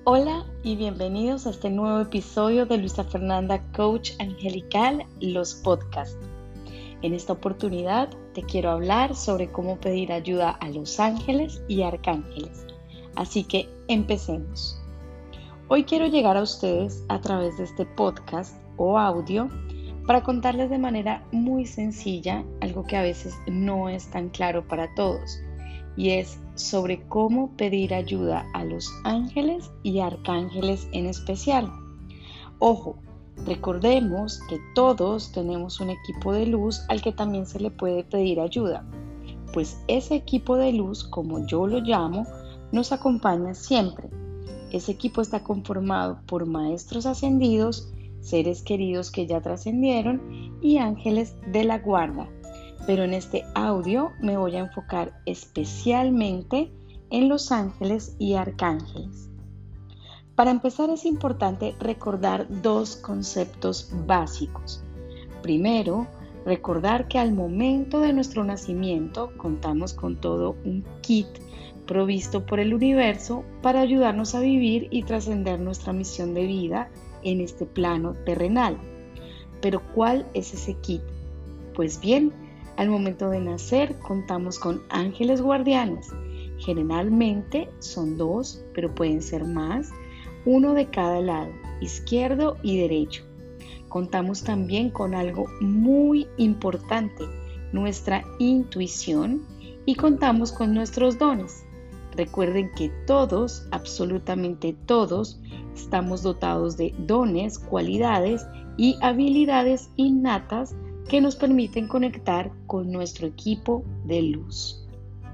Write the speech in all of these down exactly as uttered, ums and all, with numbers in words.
Hola y bienvenidos a este nuevo episodio de Luisa Fernanda Coach Angelical, los podcasts. En esta oportunidad te quiero hablar sobre cómo pedir ayuda a los ángeles y arcángeles. Así que empecemos. Hoy quiero llegar a ustedes a través de este podcast o audio para contarles de manera muy sencilla algo que a veces no es tan claro para todos. Y es sobre cómo pedir ayuda a los ángeles y arcángeles en especial. Ojo, recordemos que todos tenemos un equipo de luz al que también se le puede pedir ayuda, pues ese equipo de luz, como yo lo llamo, nos acompaña siempre. Ese equipo está conformado por maestros ascendidos, seres queridos que ya trascendieron y ángeles de la guarda. Pero en este audio me voy a enfocar especialmente en los ángeles y arcángeles. Para empezar es importante recordar dos conceptos básicos. Primero, recordar que al momento de nuestro nacimiento contamos con todo un kit provisto por el universo para ayudarnos a vivir y trascender nuestra misión de vida en este plano terrenal. Pero ¿cuál es ese kit? Pues bien, al momento de nacer contamos con ángeles guardianes. Generalmente son dos, pero pueden ser más, uno de cada lado, izquierdo y derecho. Contamos también con algo muy importante, nuestra intuición, y contamos con nuestros dones. Recuerden que todos, absolutamente todos, estamos dotados de dones, cualidades y habilidades innatas que nos permiten conectar con nuestro equipo de luz.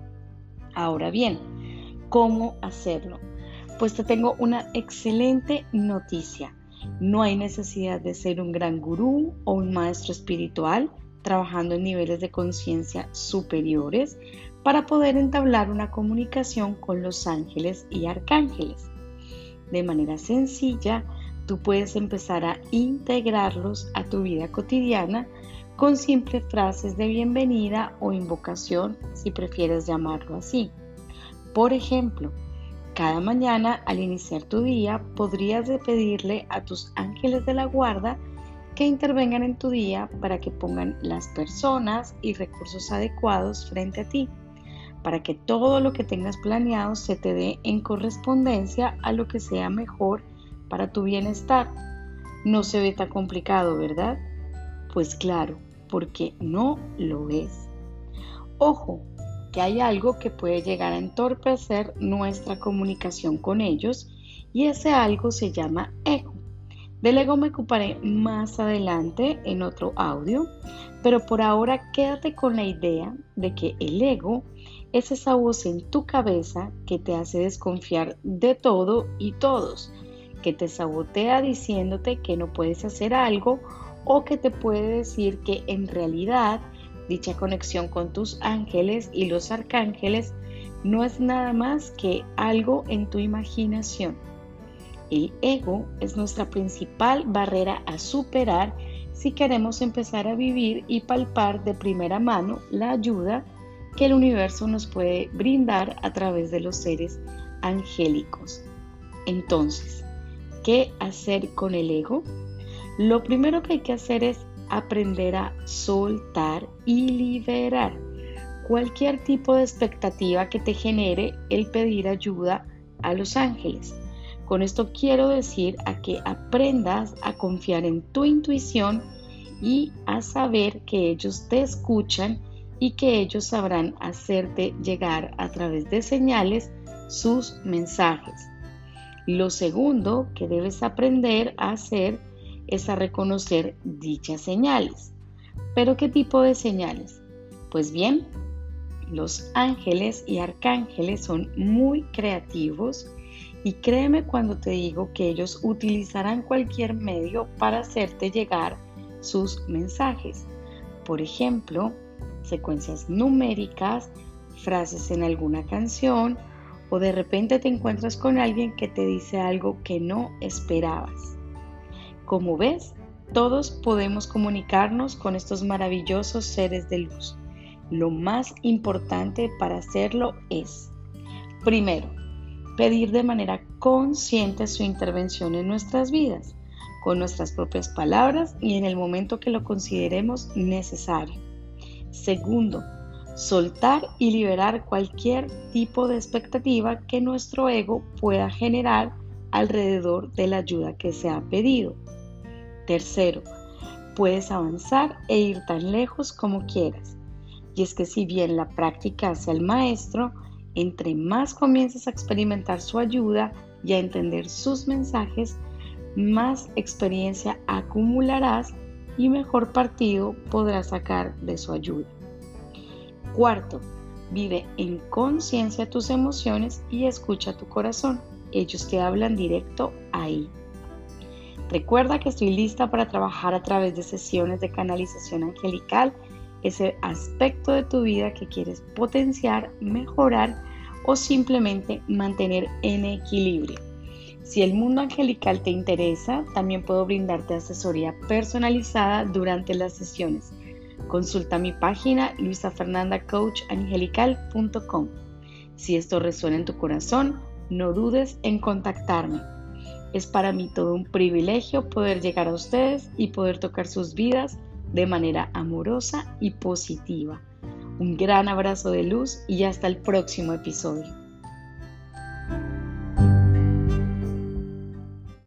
Ahora bien, ¿cómo hacerlo? Pues te tengo una excelente noticia. No hay necesidad de ser un gran gurú o un maestro espiritual trabajando en niveles de conciencia superiores para poder entablar una comunicación con los ángeles y arcángeles. De manera sencilla, tú puedes empezar a integrarlos a tu vida cotidiana con simples frases de bienvenida o invocación, si prefieres llamarlo así. Por ejemplo, cada mañana al iniciar tu día podrías pedirle a tus ángeles de la guarda que intervengan en tu día para que pongan las personas y recursos adecuados frente a ti, para que todo lo que tengas planeado se te dé en correspondencia a lo que sea mejor para tu bienestar. No se ve tan complicado, ¿verdad? Pues claro, porque no lo es. Ojo, que hay algo que puede llegar a entorpecer nuestra comunicación con ellos y ese algo se llama ego. Del ego me ocuparé más adelante en otro audio, pero por ahora quédate con la idea de que el ego es esa voz en tu cabeza que te hace desconfiar de todo y todos, que te sabotea diciéndote que no puedes hacer algo o que te puede decir que en realidad dicha conexión con tus ángeles y los arcángeles no es nada más que algo en tu imaginación. El ego es nuestra principal barrera a superar si queremos empezar a vivir y palpar de primera mano la ayuda que el universo nos puede brindar a través de los seres angélicos. Entonces, ¿qué hacer con el ego? Lo primero que hay que hacer es aprender a soltar y liberar cualquier tipo de expectativa que te genere el pedir ayuda a los ángeles. Con esto quiero decir a que aprendas a confiar en tu intuición y a saber que ellos te escuchan y que ellos sabrán hacerte llegar a través de señales sus mensajes. Lo segundo que debes aprender a hacer es a reconocer dichas señales. ¿Pero qué tipo de señales? Pues bien, los ángeles y arcángeles son muy creativos y créeme cuando te digo que ellos utilizarán cualquier medio para hacerte llegar sus mensajes. Por ejemplo, secuencias numéricas, frases en alguna canción o de repente te encuentras con alguien que te dice algo que no esperabas. Como ves, todos podemos comunicarnos con estos maravillosos seres de luz. Lo más importante para hacerlo es, primero, pedir de manera consciente su intervención en nuestras vidas, con nuestras propias palabras y en el momento que lo consideremos necesario. Segundo, soltar y liberar cualquier tipo de expectativa que nuestro ego pueda generar alrededor de la ayuda que se ha pedido. Tercero, puedes avanzar e ir tan lejos como quieras. Y es que si bien la práctica hace al maestro, entre más comiences a experimentar su ayuda y a entender sus mensajes, más experiencia acumularás y mejor partido podrás sacar de su ayuda. Cuarto, vive en conciencia tus emociones y escucha tu corazón. Ellos te hablan directo ahí. Recuerda que estoy lista para trabajar a través de sesiones de canalización angelical, ese aspecto de tu vida que quieres potenciar, mejorar o simplemente mantener en equilibrio. Si el mundo angelical te interesa, también puedo brindarte asesoría personalizada durante las sesiones. Consulta mi página luisa fernanda coach angelical punto com. Si esto resuena en tu corazón, no dudes en contactarme. Es para mí todo un privilegio poder llegar a ustedes y poder tocar sus vidas de manera amorosa y positiva. Un gran abrazo de luz y hasta el próximo episodio.